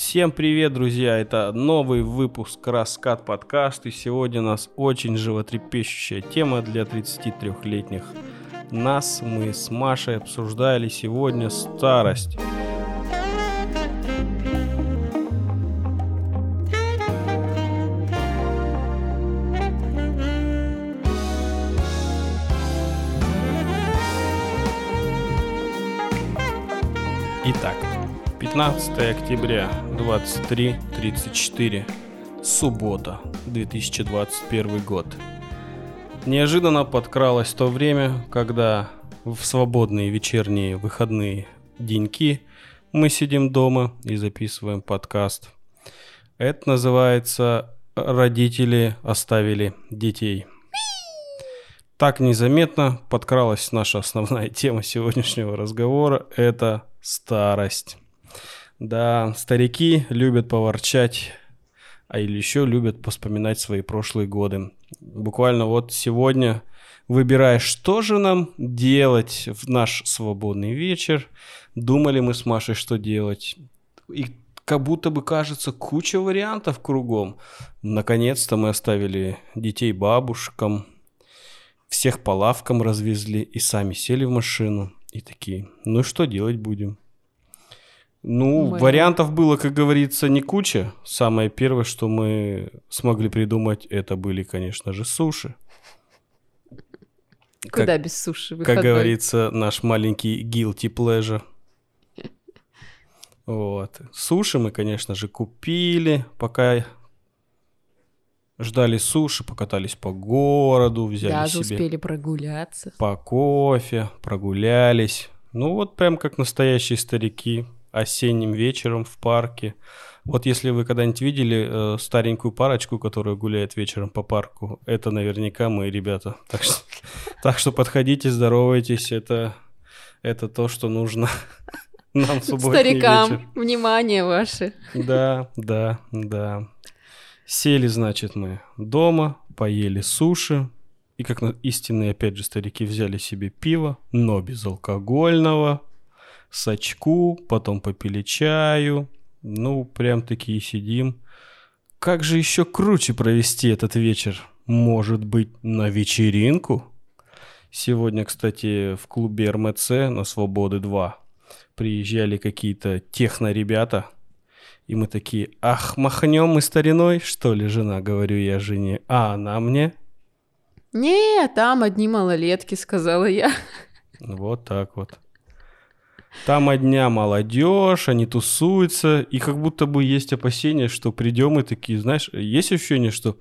Всем привет, друзья! Это новый выпуск Раскат подкаст, и сегодня у нас очень животрепещущая тема для 33-летних нас. Мы с Машей обсуждали сегодня старость. Итак, 15 октября, 23:34, суббота, 2021 год. Неожиданно подкралось то время, когда в свободные вечерние выходные деньки мы сидим дома и записываем подкаст. Это называется «Родители оставили детей». Так незаметно подкралась наша основная тема сегодняшнего разговора – это старость. Да, старики любят поворчать, или еще любят поспоминать свои прошлые годы. Буквально вот сегодня, выбирая, что же нам делать в наш свободный вечер, думали мы с Машей, что делать. И как будто бы кажется куча вариантов кругом. Наконец-то мы оставили детей бабушкам, всех по лавкам развезли и сами сели в машину. И такие, ну что делать будем? Вариантов было, как говорится, не куча. Самое первое, что мы смогли придумать, это были, конечно же, суши. Куда без суши? Как говорится, наш маленький guilty pleasure. Вот. Суши мы, конечно же, купили, пока ждали суши, покатались по городу, взяли Даже себе... успели прогуляться. По кофе, прогулялись. Ну вот прям как настоящие старики. Осенним вечером в парке. Вот если вы когда-нибудь видели старенькую парочку, которая гуляет вечером по парку, это наверняка мы, ребята. Так что подходите, здоровайтесь. Это то, что нужно нам в субботний старикам, вечер. внимание ваше. Да. Сели, значит, мы дома, поели суши. И как истинные, опять же, старики взяли себе пиво, но безалкогольного. Сачку, потом попили чаю. Прям такие сидим. Как же еще круче провести этот вечер? Может быть, на вечеринку? Сегодня, кстати, в клубе РМЦ на Свободы 2 приезжали какие-то техно-ребята. И мы такие, махнем мы стариной, что ли, жена, говорю я жене. А она мне? Не, там одни малолетки, сказала я. Вот так вот. Там одна молодежь, они тусуются, и как будто бы есть опасения, что придем и такие, знаешь, есть ощущение, что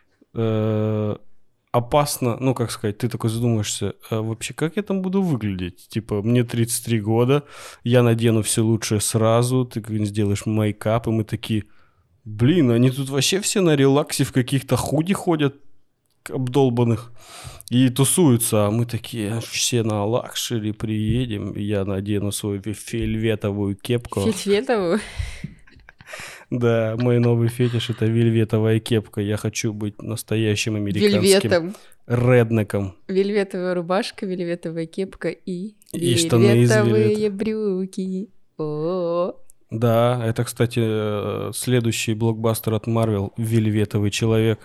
опасно, ты такой задумаешься, вообще как я там буду выглядеть? Типа, мне 33 года, я надену все лучшее сразу, ты сделаешь мейкап, и мы такие, они тут вообще все на релаксе в каких-то худи ходят, обдолбанных. И тусуются, а мы такие все на лакшери приедем. Я надену свою вельветовую кепку. Вельветовую? Да, мой новый фетиш — это вельветовая кепка. Я хочу быть настоящим американским реднеком. Вельветовая рубашка, вельветовая кепка и штаны из вельветовые брюки. О-о-о. Да, это, кстати, следующий блокбастер от Marvel — «Вельветовый человек».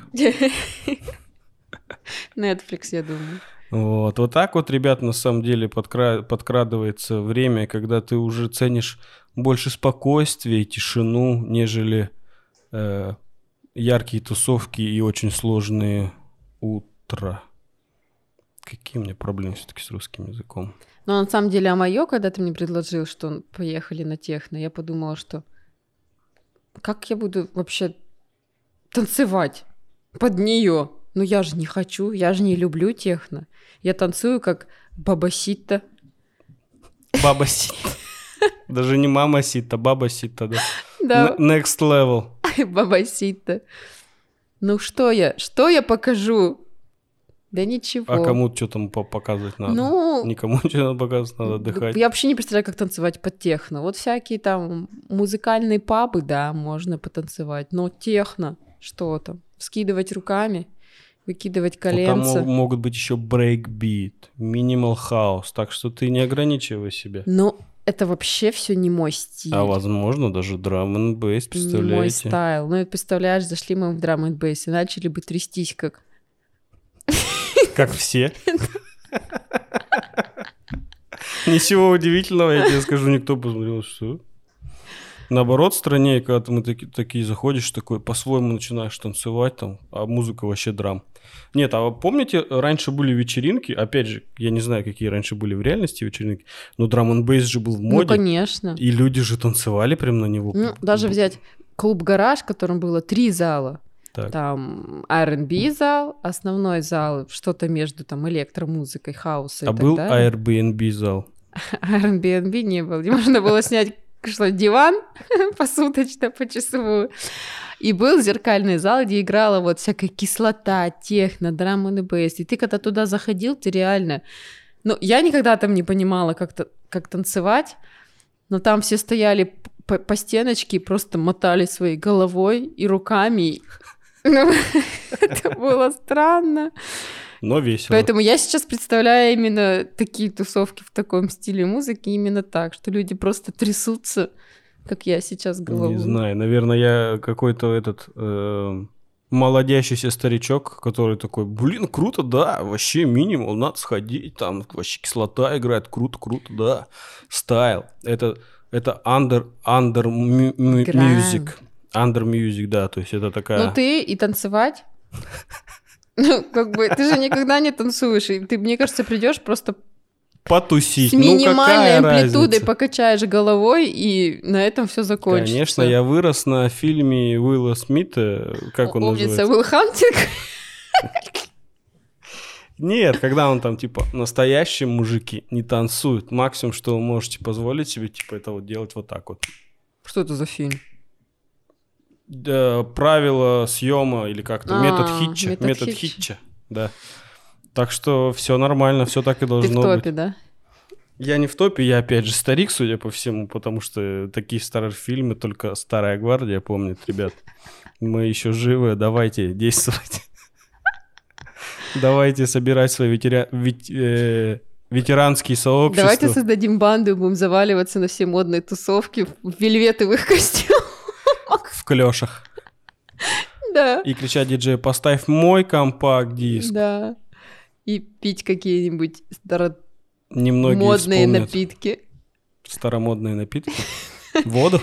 Netflix, я думаю. Вот так вот, ребят, на самом деле подкрадывается время, когда ты уже ценишь больше спокойствия и тишину, нежели яркие тусовки и очень сложные утра. Какие у меня проблемы все-таки с русским языком? Но на самом деле, моё, когда ты мне предложил, что поехали на техно, я подумала, что как я буду вообще танцевать под неё? Я же не хочу, я же не люблю техно. Я танцую как баба-ситта. Баба-ситта. Даже не мама-ситта, баба-ситта, да? Да. Next level. Баба-ситта. Что я покажу? Да ничего. А кому что там показывать надо? Никому что показывать, надо отдыхать. Я вообще не представляю, как танцевать под техно. Вот всякие там музыкальные пабы, да, можно потанцевать. Но техно, что там? Вскидывать руками? Выкидывать коленца. Там могут быть еще брейкбит, минимал хаус, так что ты не ограничивай себя. это вообще все не мой стиль. А возможно, даже драм-н-бейс, представляете? Не мой стайл. Ну, и представляешь, зашли мы в драм-н-бейс и начали бы трястись как... Как все. Ничего удивительного, я тебе скажу, никто посмотрел, что... Наоборот, страннее, когда мы такие заходишь, такой по-своему начинаешь танцевать, там, а музыка вообще драм. Нет, а вы помните, раньше были вечеринки, опять же, я не знаю, какие раньше были в реальности вечеринки, но драм-н-бейс же был в моде. Ну, конечно. И люди же танцевали прям на него. Ну, даже взять клуб «Гараж», в котором было 3 зала. Так. Там R&B зал, основной зал, что-то между там электромузыкой, хаусом и так был далее. Airbnb зал? Airbnb не было, где можно было снять диван посуточно, почасовую. И был зеркальный зал, где играла вот всякая кислота, техно, драм-н-бейс. И ты когда туда заходил, ты реально... Ну, я никогда там не понимала, как танцевать, но там все стояли по стеночке и просто мотали своей головой и руками. Ну, это было странно. Но весело. Поэтому я сейчас представляю именно такие тусовки в таком стиле музыки, именно так, что люди просто трясутся, как я сейчас головой. Не знаю, наверное, я какой-то этот молодящийся старичок, который такой, блин, круто, да, вообще минимум, надо сходить, там вообще кислота играет, круто, да, стайл. Это under music. Under music, да, то есть это такая... Ну ты и танцевать... Ну, как бы, ты же никогда не танцуешь, и ты, мне кажется, придешь просто потусить. С минимальной амплитудой разница? Покачаешь головой, и на этом все закончится. Конечно, я вырос на фильме Уилла Смита, как он называется? Уилл Хантинг? Нет, когда он там, типа, настоящие мужики не танцуют. Максимум, что вы можете позволить себе, типа, это вот делать вот так вот. Что это за фильм? Правила съема или как-то метод Хитча, да. Так что все нормально, все так и должно быть. Ты в топе, да? Я не в топе, я опять же старик, судя по всему, потому что такие старые фильмы только старая гвардия помнит, ребят. Мы еще живы, давайте действовать. Давайте собирать свои ветеранские сообщества. Давайте создадим банду и будем заваливаться на все модные тусовки в вельветовых костюмах. В клёшах. Да. И кричать диджею: поставь мой компакт-диск. Да. И пить какие-нибудь Немногие модные вспомнят. напитки. Старомодные напитки? Воду?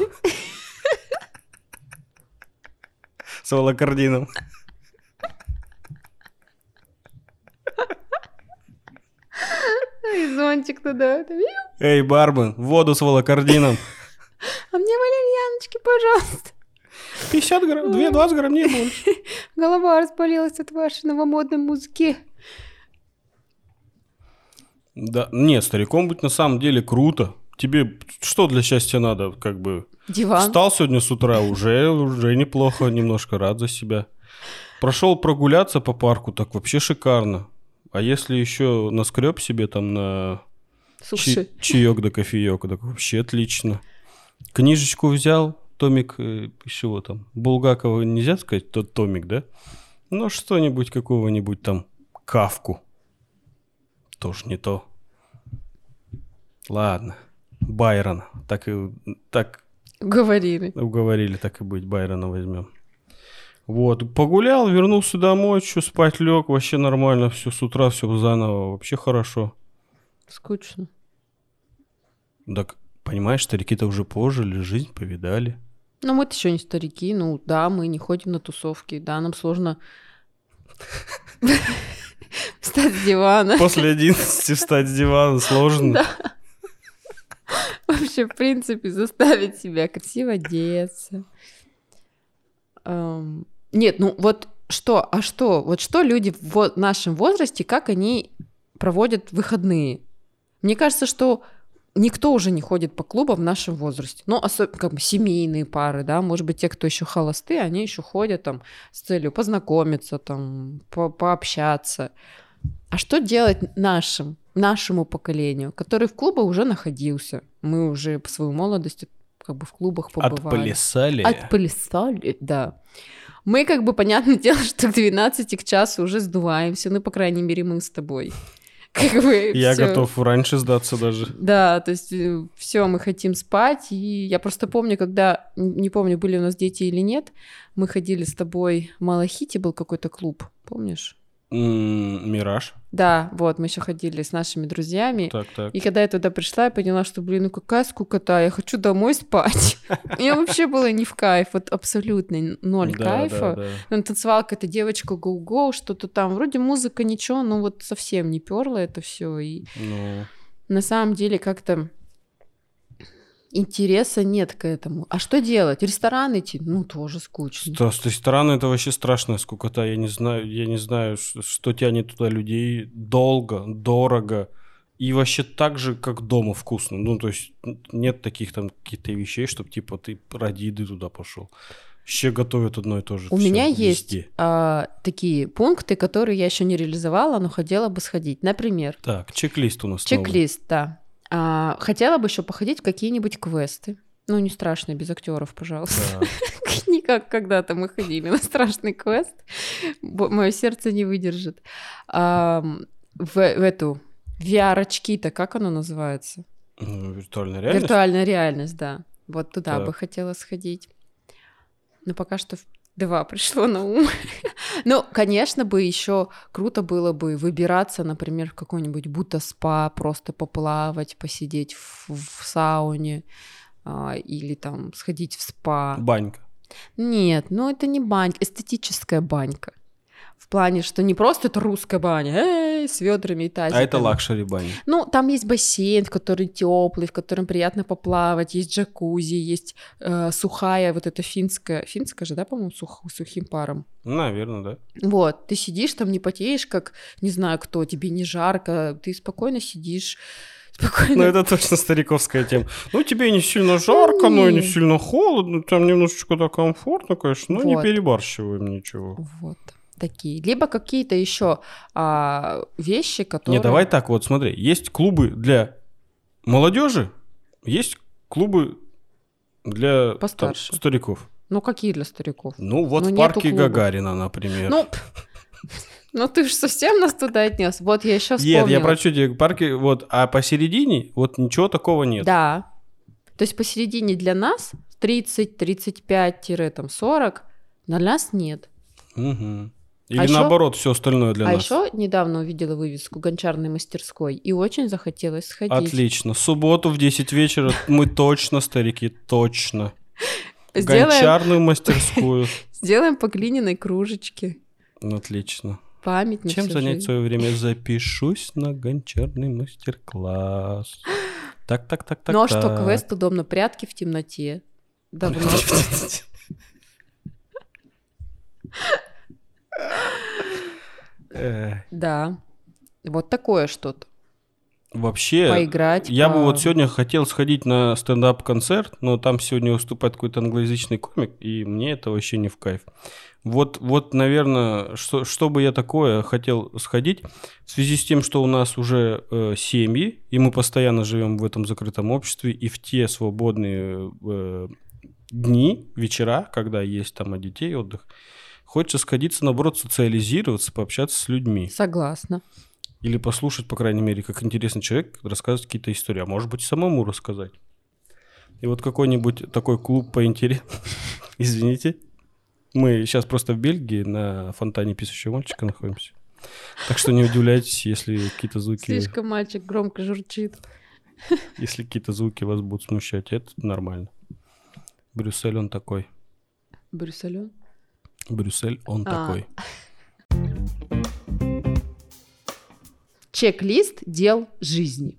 С волокордином. И зонтик туда. Эй, бармен, воду с волокордином. А мне валерьяночки, пожалуйста. 50 грамм, 20 грамм, не больше. Голова разболелась от вашей новомодной музыки. Да, нет, стариком быть на самом деле круто. Тебе что для счастья надо, как бы? Диван. Встал сегодня с утра, уже неплохо, немножко рад за себя. Прошел прогуляться по парку, так вообще шикарно. А если еще наскреб себе там на чаек да кофеек, так вообще отлично. Книжечку взял, томик, чего там, Булгакова нельзя сказать, тот томик, да? Ну, что-нибудь, какого-нибудь там, Кафку. Тоже не то. Ладно, Байрона, так уговорили, так и быть, Байрона возьмем. Вот, погулял, вернулся домой, что спать лег, вообще нормально, все с утра, все заново, вообще хорошо. Скучно. Так, понимаешь, старики-то уже пожили, жизнь повидали. Ну, мы-то еще не старики, ну да, мы не ходим на тусовки, да, нам сложно встать с дивана. После 11 встать с дивана сложно. Да. Вообще, в принципе, заставить себя красиво одеться. Нет, ну вот что люди в нашем возрасте, как они проводят выходные? Мне кажется, что никто уже не ходит по клубам в нашем возрасте. Ну, особенно как бы семейные пары, да, может быть, те, кто еще холосты, они еще ходят там с целью познакомиться, там, пообщаться. А что делать нашему поколению, который в клубах уже находился? Мы уже по своей молодости как бы в клубах побывали. Отплясали, да. Мы как бы, понятное дело, что к 12 к часу уже сдуваемся, ну, по крайней мере, мы с тобой. как бы Я всё. готов раньше сдаться даже. Да, то есть все, мы хотим спать. И я просто помню, когда, не помню, были у нас дети или нет, мы ходили с тобой в Малахите, был какой-то клуб, помнишь? Мираж. Да, вот, мы еще ходили с нашими друзьями. Так. И когда я туда пришла, я поняла, что, блин, ну какая скукота, я хочу домой спать. Мне вообще было не в кайф, вот абсолютно ноль кайфа. Да. Танцевала какая-то девочка гоу-гоу, что-то там, вроде музыка ничего, но вот совсем не перло это все. И Ну, на самом деле как-то интереса нет к этому. А что делать? В ресторан идти? Ну, тоже скучно. с ресторана это вообще страшная скукота. Я не знаю, что тянет туда людей долго, дорого. И вообще так же, как дома вкусно. Ну, то есть нет таких там каких-то вещей, чтобы типа ты ради еды туда пошел. Еще готовят одно и то же. У всё, меня везде. есть такие пункты, которые я еще не реализовала, но хотела бы сходить. Например, Так, чек-лист у нас чек-лист, да. Хотела бы еще походить в какие-нибудь квесты. Ну, не страшные, без актеров, пожалуйста. новый. Не как когда-то мы ходили на страшный квест. Мое сердце не выдержит. В эту VR-очки-то, как оно называется? Виртуальная реальность? Виртуальная реальность, да. Вот туда Так. бы хотела сходить. Но пока что 2 пришло на ум. Ну, конечно бы еще круто было бы выбираться, например, в какой-нибудь будто-спа, просто поплавать, посидеть в сауне или там сходить в спа. Банька. Нет, ну это не банька, эстетическая банька. В плане, что не просто это русская баня, с ведрами и тазиками. А это лакшери баня. Ну, там есть бассейн, который теплый, в котором приятно поплавать, есть джакузи, есть сухая, вот эта финская же, да, по-моему, сухим паром. Наверное, да. Вот, ты сидишь там, не потеешь, как не знаю кто, тебе не жарко, ты спокойно сидишь, спокойно. Ну, это точно стариковская тема. Ну, тебе не сильно жарко, но и не сильно холодно, там немножечко так комфортно, конечно, но не Вот. перебарщиваем ничего. Вот. Такие. Либо какие-то еще вещи, которые... Не, давай так вот, смотри, есть клубы для молодежи, есть клубы для там, Постарше. стариков. Ну, какие для стариков? Ну, вот Ну, в нету парке клубов. Гагарина, например. Ну, ты же совсем нас туда отнес. Вот я еще вспомнила. Нет, я про что тебе, парки, вот, а посередине вот ничего такого нет. Да. То есть посередине для нас 30-35-40, для нас нет. Угу. Или ещё- наоборот, все остальное для нас. еще недавно увидела вывеску гончарной мастерской и очень захотелось сходить. Отлично. В субботу в 10 вечера мы точно, старики, точно. Сделаем, Гончарную мастерскую. сделаем по глиняной кружечке. Отлично. Память на Чем всю занять жизнь. свое время? Запишусь на гончарный мастер-класс. Так. Ну а что, квест удобно, прятки в темноте. Давно. Да. Вот такое что-то. Вообще, Поиграть. я бы вот сегодня хотел сходить на стендап-концерт, но там сегодня выступает какой-то англоязычный комик, и мне это вообще не в кайф. Вот, наверное, что бы я такое хотел сходить, в связи с тем, что у нас уже семьи, и мы постоянно живем в этом закрытом обществе, и в те свободные дни, вечера, когда есть там от детей отдых, хочется сходиться, наоборот, социализироваться, пообщаться с людьми. Согласна. Или послушать, по крайней мере, как интересный человек рассказывает какие-то истории, а может быть, самому рассказать. И вот какой-нибудь такой клуб по интересу. Извините. Мы сейчас просто в Бельгии на фонтане писающего мальчика находимся. Так что не удивляйтесь, если какие-то звуки... Слишком мальчик громко журчит. Если какие-то звуки вас будут смущать, это нормально. Брюссель, он такой. Брюссель? Брюссель, он такой. Чек-лист дел жизни.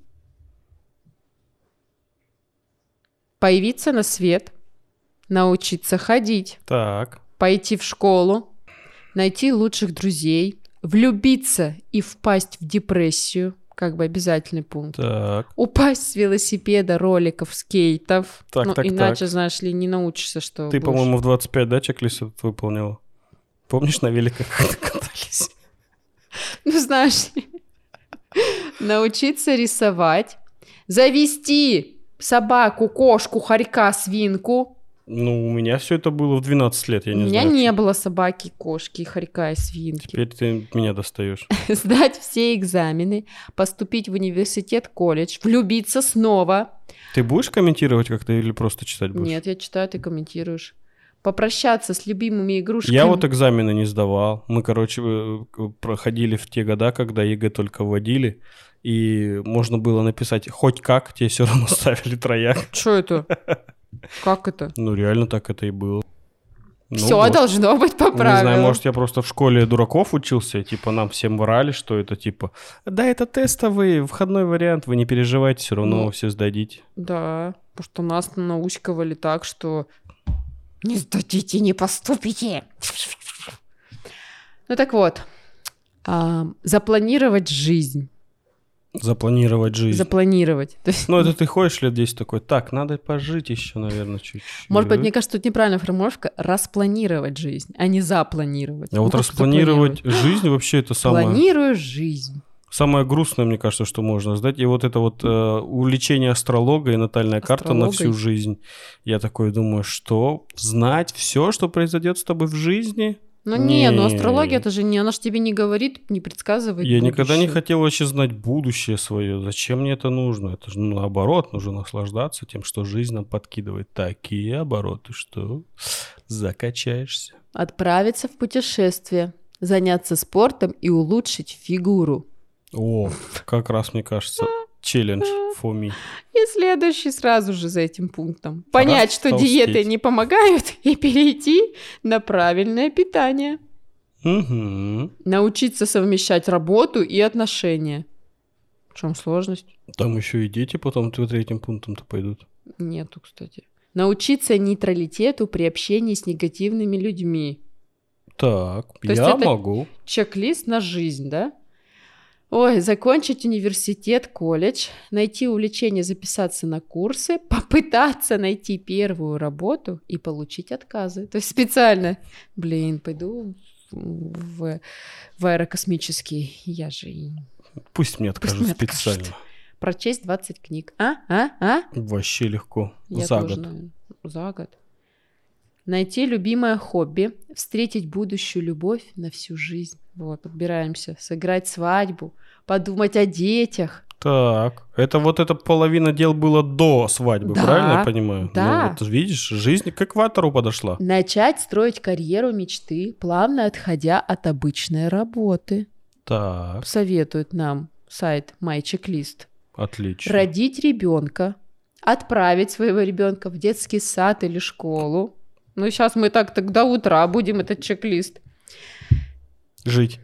Появиться на свет, научиться ходить, Так. пойти в школу, найти лучших друзей, влюбиться и впасть в депрессию, как бы обязательный пункт. Так. Упасть с велосипеда, роликов, скейтов. Так, ну, так, иначе, так. знаешь ли, не научишься, что Ты, будешь. по-моему, в 25, да, чек-лист этот выполняла? Помнишь, на великах катались? Ну, знаешь ли, научиться рисовать, завести собаку, кошку, хорька, свинку, Ну, у меня все это было в 12 лет, я У не меня знаю. не было собаки, кошки, хорька и свинки. Теперь ты меня достаешь. Сдать все экзамены, поступить в университет, колледж, влюбиться снова. Ты будешь комментировать как-то или просто читать будешь? Нет, я читаю, ты комментируешь. Попрощаться с любимыми игрушками. Я вот экзамены не сдавал. Мы, короче, проходили в те года, когда ЕГЭ только вводили, и можно было написать хоть как, тебе все равно ставили трояк. Что это? Как это? Ну, реально так это и было. Ну, Все вот. должно быть по правилам. Не знаю, может, я просто в школе дураков учился, типа нам всем врали, что это типа, да, это тестовый, входной вариант, вы не переживайте, все равно Ну, вы все сдадите. Да, потому что нас научковали так, что не сдадите, не поступите. Ну так вот, запланировать жизнь. Запланировать жизнь. Запланировать. То есть, Ну, это ты ходишь лет 10 такой, так, надо пожить еще, наверное, чуть-чуть. может быть, мне кажется, тут неправильная формулировка распланировать жизнь, а не запланировать. А вот как распланировать жизнь вообще это Планирую жизнь. самое грустное, мне кажется, что можно сдать. И вот это вот увлечение астрологией и натальная карта на всю Астрологой? жизнь. Я такой думаю, что знать все, что произойдет с тобой в жизни? Ну не, ну Не. астрология, это же не, она же тебе не говорит, не предсказывает Я никогда не будущее. хотел вообще знать будущее свое. Зачем мне это нужно? Это же наоборот, нужно наслаждаться тем, что жизнь нам подкидывает такие обороты, что закачаешься. Отправиться в путешествие, заняться спортом и улучшить фигуру. О, как раз, мне кажется, челлендж for me. И следующий сразу же за этим пунктом. Понять, что Растолстеть. диеты не помогают, и перейти на правильное питание. Угу. Научиться совмещать работу и отношения. В чем сложность? Там еще и дети потом третьим пунктом-то пойдут. Нету, кстати. Научиться нейтралитету при общении с негативными людьми. Так, То есть я это- могу. Чек-лист на жизнь, да? Ой, закончить университет, колледж, найти увлечение, записаться на курсы, попытаться найти первую работу и получить отказы. То есть специально, пойду в аэрокосмический, я же и... Пусть мне откажут мне специально. откажут. Прочесть 20 книг. Вообще легко. Я За тоже, год. наверное, за год. Найти любимое хобби, встретить будущую любовь на всю жизнь. Вот, подбираемся. Сыграть свадьбу, подумать о детях. Так, это вот эта половина дел было до свадьбы, Да, правильно я понимаю? да. Ну, вот видишь, жизнь к экватору подошла. Начать строить карьеру мечты, плавно отходя от обычной работы. Так, Советует нам сайт MyChecklist. отлично. Родить ребенка, отправить своего ребенка в детский сад или школу. Ну, сейчас мы так до утра будем этот чек-лист. Жить.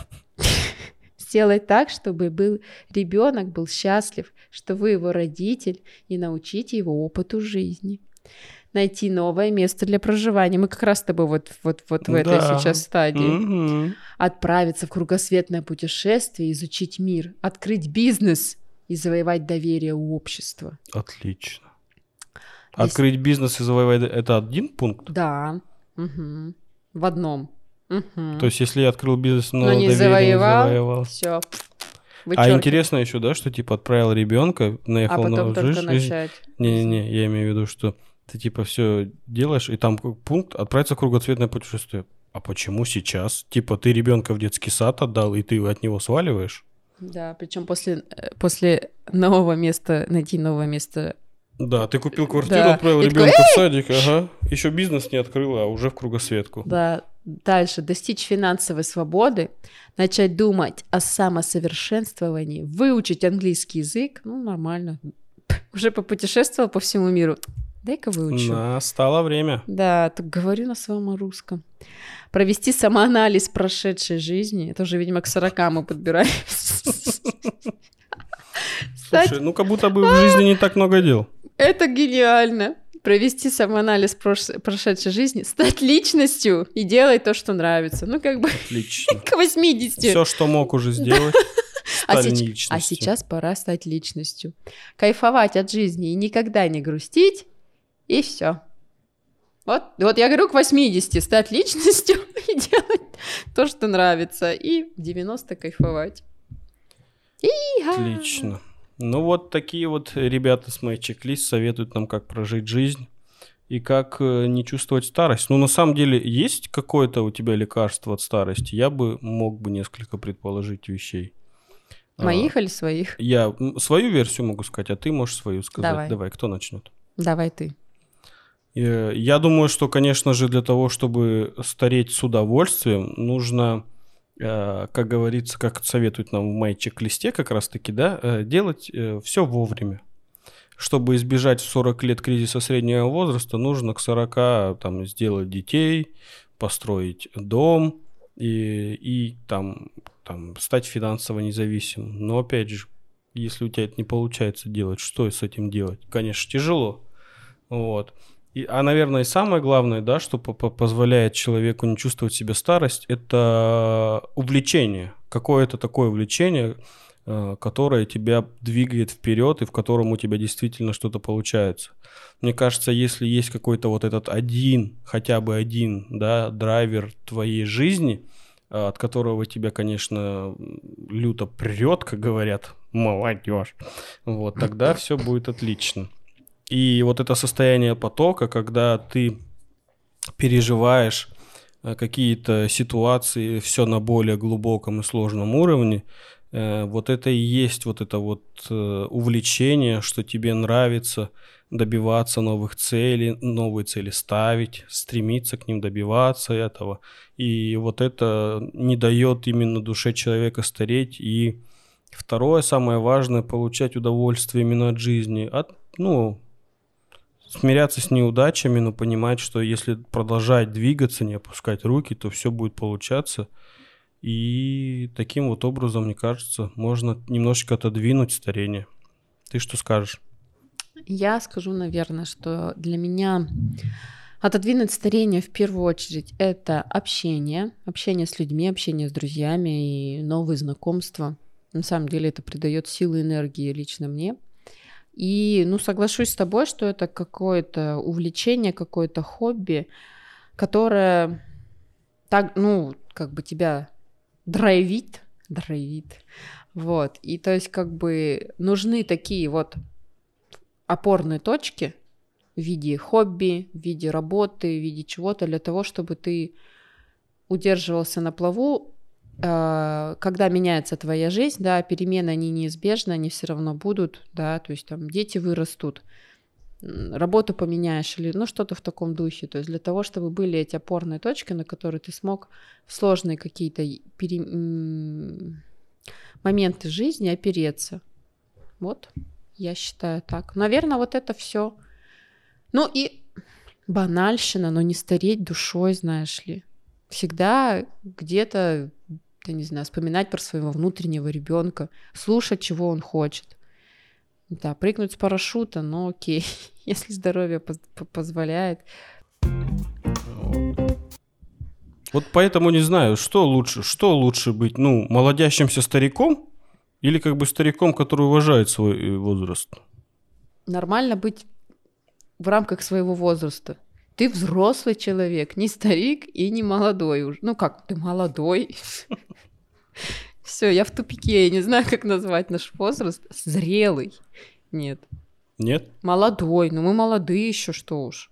Сделать так, чтобы ребенок был счастлив, что вы его родитель, и научите его опыту жизни. Найти новое место для проживания. Мы как раз с тобой вот в этой Да. сейчас стадии. Мгм. Отправиться в кругосветное путешествие, изучить мир, открыть бизнес и завоевать доверие у общества. Отлично. Здесь- Открыть бизнес и завоевать — это один пункт? Да. Мгм. В одном. Мгм. То есть, если я открыл бизнес, но Но не доверие не завоевал, завоевал. все. А интересно еще, да, что типа отправил ребенка, А наехал потом на только жизнь. начать. Не-не-не, я имею в виду, что ты типа все делаешь, и там пункт отправиться в кругосветное путешествие. А почему сейчас? Типа ты ребенка в детский сад отдал, и ты от него сваливаешь? Да, причем после нового места, найти новое место. Да, ты купил квартиру, Да. отправил И такой, ребенка в садик, ага. Еще бизнес не открыла, а уже в кругосветку. Да, дальше достичь финансовой свободы, начать думать о самосовершенствовании, выучить английский язык, ну, нормально. Уже попутешествовал по всему миру. Дай-ка выучу. Настало время. Да, так говорю на своем русском. Провести самоанализ прошедшей жизни. Это уже, видимо, к 40 мы подбираемся. Слушай, ну как будто бы в жизни не так много дел. Это гениально. Провести самоанализ прошедшей жизни, стать личностью и делать то, что нравится. Ну, как бы Отлично. к 80. Все, что мог уже сделать, А стали сеч- личностью. а сейчас пора стать личностью. Кайфовать от жизни и никогда не грустить, и все. Вот я говорю, к 80 стать личностью и делать то, что нравится, и в 90 кайфовать. И-га! Отлично. Ну вот такие вот ребята с моей чек-лист советуют нам, как прожить жизнь. и как не чувствовать старость. Ну, на самом деле, есть какое-то у тебя лекарство от старости? Я бы мог бы несколько предположить вещей. Моих или своих? Я свою версию могу сказать, а ты можешь свою сказать. Давай, кто начнет? Давай ты. Я думаю, что, конечно же, для того, чтобы стареть с удовольствием, нужно, как говорится, как советуют нам в моей чек-листе как раз-таки, да, делать все вовремя. Чтобы избежать в 40 лет кризиса среднего возраста, нужно к 40 там, сделать детей, построить дом и там стать финансово независимым. Но опять же, если у тебя это не получается делать, что с этим делать? Конечно, тяжело. Вот. Наверное, и самое главное, да, что позволяет человеку не чувствовать себя старость, это увлечение. Какое-то такое увлечение, которое тебя двигает вперед и в котором у тебя действительно что-то получается. Мне кажется, если есть какой-то вот этот хотя бы один, да, драйвер твоей жизни, от которого тебя, конечно, люто прет, как говорят, молодежь, вот, тогда все будет отлично. И вот это состояние потока, когда ты переживаешь какие-то ситуации все на более глубоком и сложном уровне, вот это и есть вот это вот увлечение, что тебе нравится добиваться новых целей, новые цели ставить, стремиться к ним, добиваться этого. И вот это не дает именно душе человека стареть. И второе, самое важное, получать удовольствие именно от жизни, смиряться с неудачами, но понимать, что если продолжать двигаться, не опускать руки, то все будет получаться. И таким вот образом, мне кажется, можно немножечко отодвинуть старение. Ты что скажешь? Я скажу, наверное, что для меня отодвинуть старение в первую очередь это общение с людьми, общение с друзьями и новые знакомства. На самом деле это придает силы и энергии лично мне. И, соглашусь с тобой, что это какое-то увлечение, какое-то хобби, которое так, тебя драйвит. Вот. И то есть нужны такие вот опорные точки в виде хобби, в виде работы, в виде чего-то для того, чтобы ты удерживался на плаву. Когда меняется твоя жизнь, да, перемены, они неизбежны, они все равно будут, да, то есть там дети вырастут, работу поменяешь или, что-то в таком духе. То есть для того, чтобы были эти опорные точки, на которые ты смог в сложные какие-то моменты жизни опереться. Вот, я считаю так. Наверное, вот это все. И банальщина, но не стареть душой, знаешь ли. Всегда где-то, я не знаю, вспоминать про своего внутреннего ребенка, слушать, чего он хочет. Да, прыгнуть с парашюта, окей, если здоровье позволяет. Вот поэтому не знаю, что лучше быть, молодящимся стариком или стариком, который уважает свой возраст? Нормально быть в рамках своего возраста. Ты взрослый человек, не старик и не молодой уже. Ты молодой? Все, я в тупике, я не знаю, как назвать наш возраст. Зрелый. Нет. Нет? Молодой, мы молодые еще, что уж.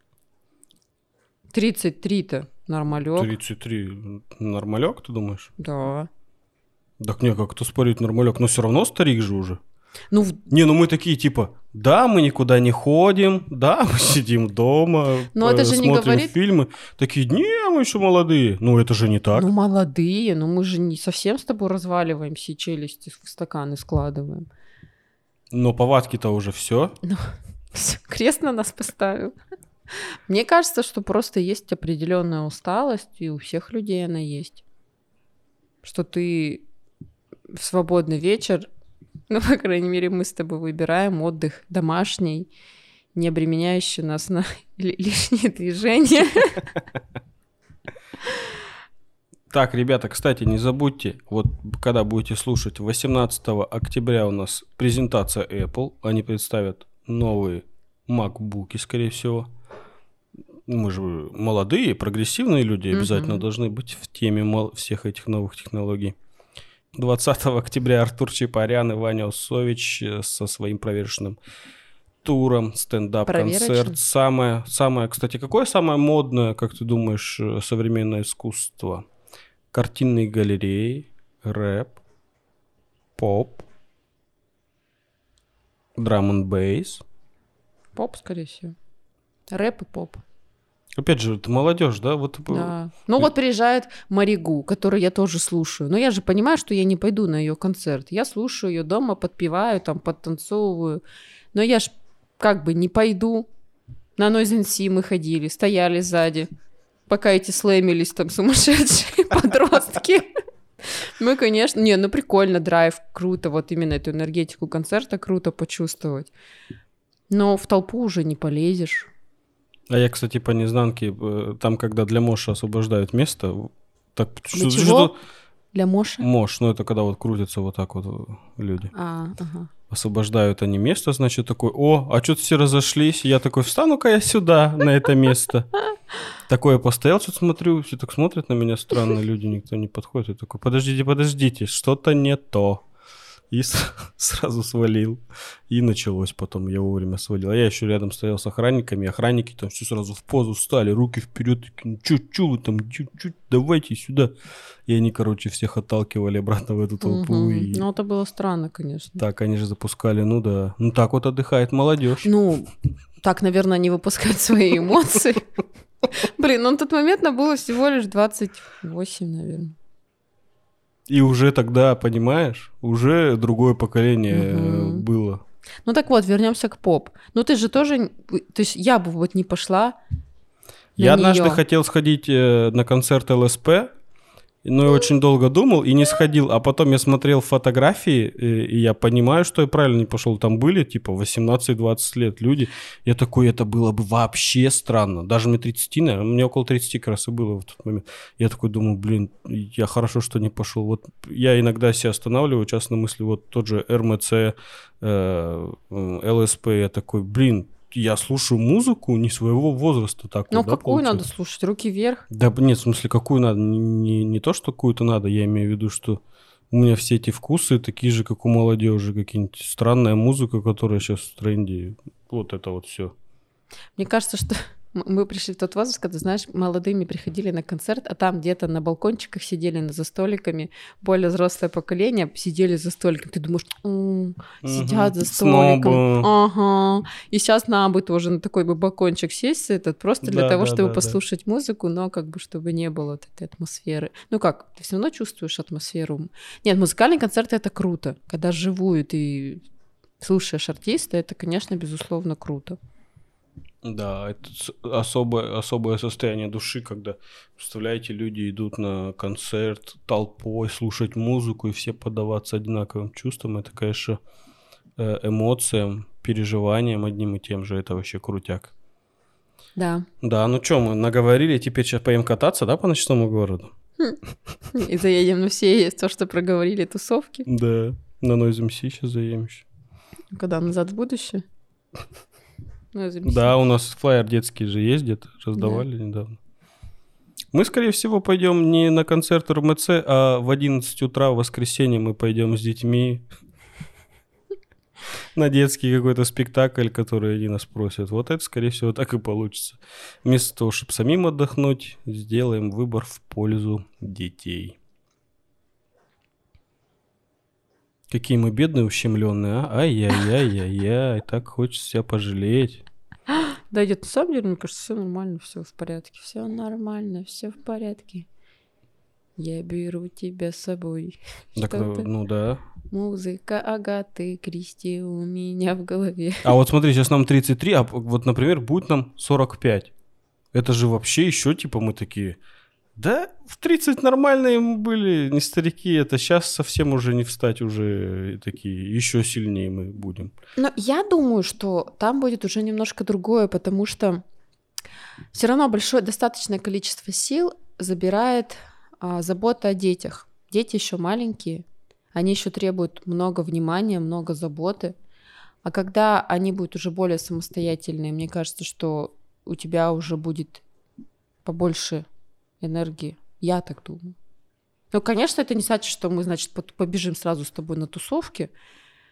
33-то нормалек. 33 нормалек, ты думаешь? Да. Так не, как-то спорить нормалек, но все равно старик же уже. Мы такие мы никуда не ходим, да, мы сидим дома, смотрим фильмы. Такие, мы еще молодые. Это же не так. Молодые, мы же не совсем с тобой разваливаемся и челюсти в стаканы складываем. Но повадки-то уже все. Крест на нас поставил. Мне кажется, что просто есть определенная усталость, и у всех людей она есть. Что ты в свободный вечер, по крайней мере, мы с тобой выбираем отдых домашний, не обременяющий нас на лишние движения. Так, ребята, кстати, не забудьте, вот когда будете слушать, 18 октября у нас презентация Apple. Они представят новые MacBook'и, скорее всего. Мы же молодые, прогрессивные люди, обязательно должны быть в теме всех этих новых технологий. 20 октября Артур Чапарян и Ваня Усович со своим проверочным туром, стендап-концерт. Самое, кстати, какое самое модное, как ты думаешь, современное искусство? Картинные галереи, рэп, поп, драм-н-бейс. Поп, скорее всего. Рэп и поп. Опять же, это молодежь, да? Вот... Да. Ну вот приезжает Маригу, которую я тоже слушаю. Но я же понимаю, что я не пойду на ее концерт. Я слушаю ее дома, подпеваю, там, подтанцовываю. Но я ж как бы не пойду. На Noise MC мы ходили, стояли сзади, пока эти слэмились там сумасшедшие подростки. Мы, конечно... Не, ну прикольно, драйв, круто. Вот именно эту энергетику концерта круто почувствовать. Но в толпу уже не полезешь. А я, кстати, по незнанке, там, когда для Моши освобождают место... Так, Для чего? Для Моши? Мош, ну это когда вот крутятся вот так вот люди. Ага. Освобождают они место, значит, такой, а что-то все разошлись. Я такой, встану-ка я сюда, на это место. Такой я постоял, что-то смотрю, все так смотрят на меня странно, люди, никто не подходит. Я такой, подождите, что-то не то. И сразу свалил. И началось потом, я вовремя свалил. А я еще рядом стоял с охранниками, охранники там все сразу в позу встали, руки вперед, такие, чё вы там, чуть-чуть, давайте сюда. И они, короче, всех отталкивали обратно в эту толпу. Ну, И... это было странно, конечно. Так, они же запускали, ну да. Ну, так вот отдыхает молодежь. Ну, так, наверное, они выпускают свои эмоции. Блин, ну на тот момент нам было всего лишь 28, наверное. И уже тогда, понимаешь, уже другое поколение было. Ну так вот, вернемся к поп. Ну ты же тоже... То есть я бы вот не пошла Я на однажды неё. хотел сходить на концерт ЛСП, но я очень долго думал и не сходил. А потом я смотрел фотографии, и я понимаю, что я правильно не пошел. Там были типа 18-20 лет люди. Я такой, это было бы вообще странно. Даже мне 30, наверное, мне около 30 как раз и было в тот момент. Я такой думаю, блин, я хорошо, что не пошел. Вот я иногда себя останавливаю, часто на мысли, вот тот же РМЦ, ЛСП, я такой, блин, я слушаю музыку не своего возраста. Так Ну вот, да, какую получается? надо слушать? Руки вверх? Да нет, в смысле, какую надо? Не то, что какую-то надо, я имею в виду, что у меня все эти вкусы такие же, как у молодежи, какие-нибудь странная музыка, которая сейчас в тренде. Вот это вот все. Мне кажется, что мы пришли в тот возраст, когда, знаешь, молодыми приходили на концерт, а там где-то на балкончиках сидели за столиками, более взрослое поколение сидели за столиком. Ты думаешь, сидят за столиком. Снобы. Ага. И сейчас нам бы тоже на такой бы балкончик сесть, просто для Да, того, да, чтобы да, послушать музыку, но как бы чтобы не было вот этой атмосферы. Ну как, ты все равно чувствуешь атмосферу. Нет, музыкальный концерт — это круто. Когда живую ты слушаешь артиста, это, конечно, безусловно, круто. Да, это особое состояние души, когда, представляете, люди идут на концерт толпой, слушать музыку и все поддаваться одинаковым чувствам. Это, конечно, эмоциям, переживаниям одним и тем же. Это вообще крутяк. Да. Да, ну что, мы наговорили, теперь сейчас поедем кататься, да, по ночному городу? И заедем на все то, что проговорили, тусовки. Да, на Noise MC сейчас заедем еще. Когда назад в будущее? Да, у нас флаер детский же есть где-то, раздавали недавно. Мы, скорее всего, пойдем не на концерт РМЦ, а в 11 утра в воскресенье мы пойдем с детьми на детский какой-то спектакль, который они нас просят. Вот это, скорее всего, так и получится. Вместо того, чтобы самим отдохнуть, сделаем выбор в пользу детей. Какие мы бедные, ущемленные, а? Ай-яй-яй-яй-яй, так хочется себя пожалеть. Да, идет, на самом деле, мне кажется, все нормально, все в порядке. Все нормально, все в порядке. Я беру тебя с собой. Так, ну да. Музыка Агаты Кристи у меня в голове. А вот смотри, сейчас нам 33, а вот, например, будет нам 45. Это же вообще еще, типа, мы такие... Да, в 30 нормальные мы были, не старики. Это сейчас совсем уже не встать, уже такие, еще сильнее мы будем. Но я думаю, что там будет уже немножко другое, потому что все равно большое достаточное количество сил забирает забота о детях. Дети еще маленькие, они еще требуют много внимания, много заботы. А когда они будут уже более самостоятельные, мне кажется, что у тебя уже будет побольше энергии. Я так думаю. Ну, конечно, это не значит, что мы, значит, побежим сразу с тобой на тусовки.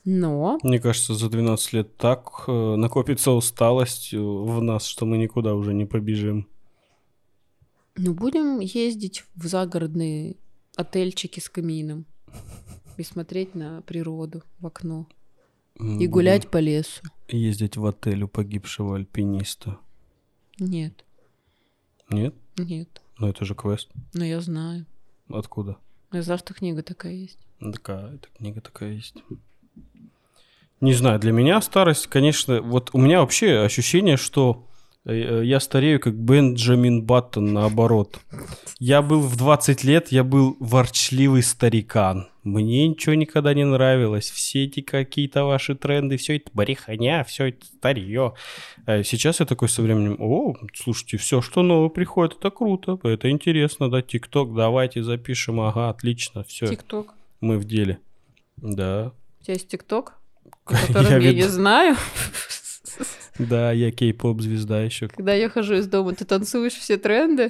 Но... Мне кажется, за 12 лет так накопится усталость в нас, что мы никуда уже не побежим. Ну, будем ездить в загородные отельчики с камином и смотреть на природу в окно. И гулять по лесу. Ездить в отель у погибшего альпиниста. Нет. Нет? Нет. Но это же квест. Но я знаю. Откуда? Я знаю, что книга такая есть. Такая, книга такая есть. Не знаю, для меня старость, конечно... Вот у меня вообще ощущение, что я старею как Бенджамин Баттон, наоборот. Я был в 20 лет, я был ворчливый старикан. Мне ничего никогда не нравилось. Все эти какие-то ваши тренды, все это бариханя, все это старье. А сейчас я такой со временем: о, слушайте, все, что новое приходит, это круто, это интересно, да, ТикТок, давайте запишем, ага, отлично, все. ТикТок. Мы в деле. Да. У тебя есть ТикТок, о котором я не знаю? Да, я кей-поп звезда еще. Когда я хожу из дома, ты танцуешь все тренды?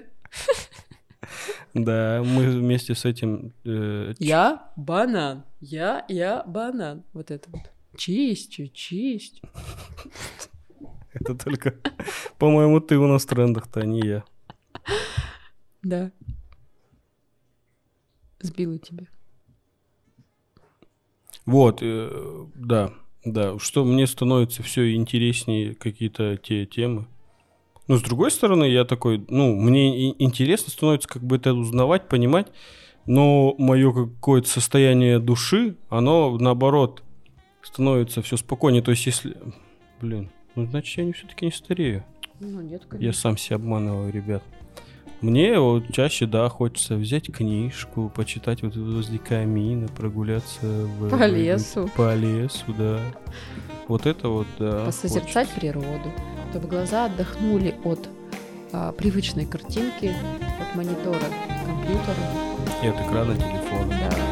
Да, мы вместе с этим... Я банан. Я банан. Вот это вот. Чистю. Это только, по-моему, ты у нас в трендах-то, а не я. Да. Сбила тебя. Вот, да. Что мне становится все интереснее какие-то те темы. Но с другой стороны, я такой, мне интересно становится как бы это узнавать, понимать, но мое какое-то состояние души, оно наоборот становится все спокойнее. То есть если... значит, я все-таки не старею. Ну, нет, конечно. Я сам себя обманываю, ребят. Мне вот чаще, хочется взять книжку, почитать вот возле камина, прогуляться по лесу. По лесу, да. Вот это вот, да. Посозерцать природу, чтобы глаза отдохнули от привычной картинки, от монитора компьютера. И от экрана телефона. Да.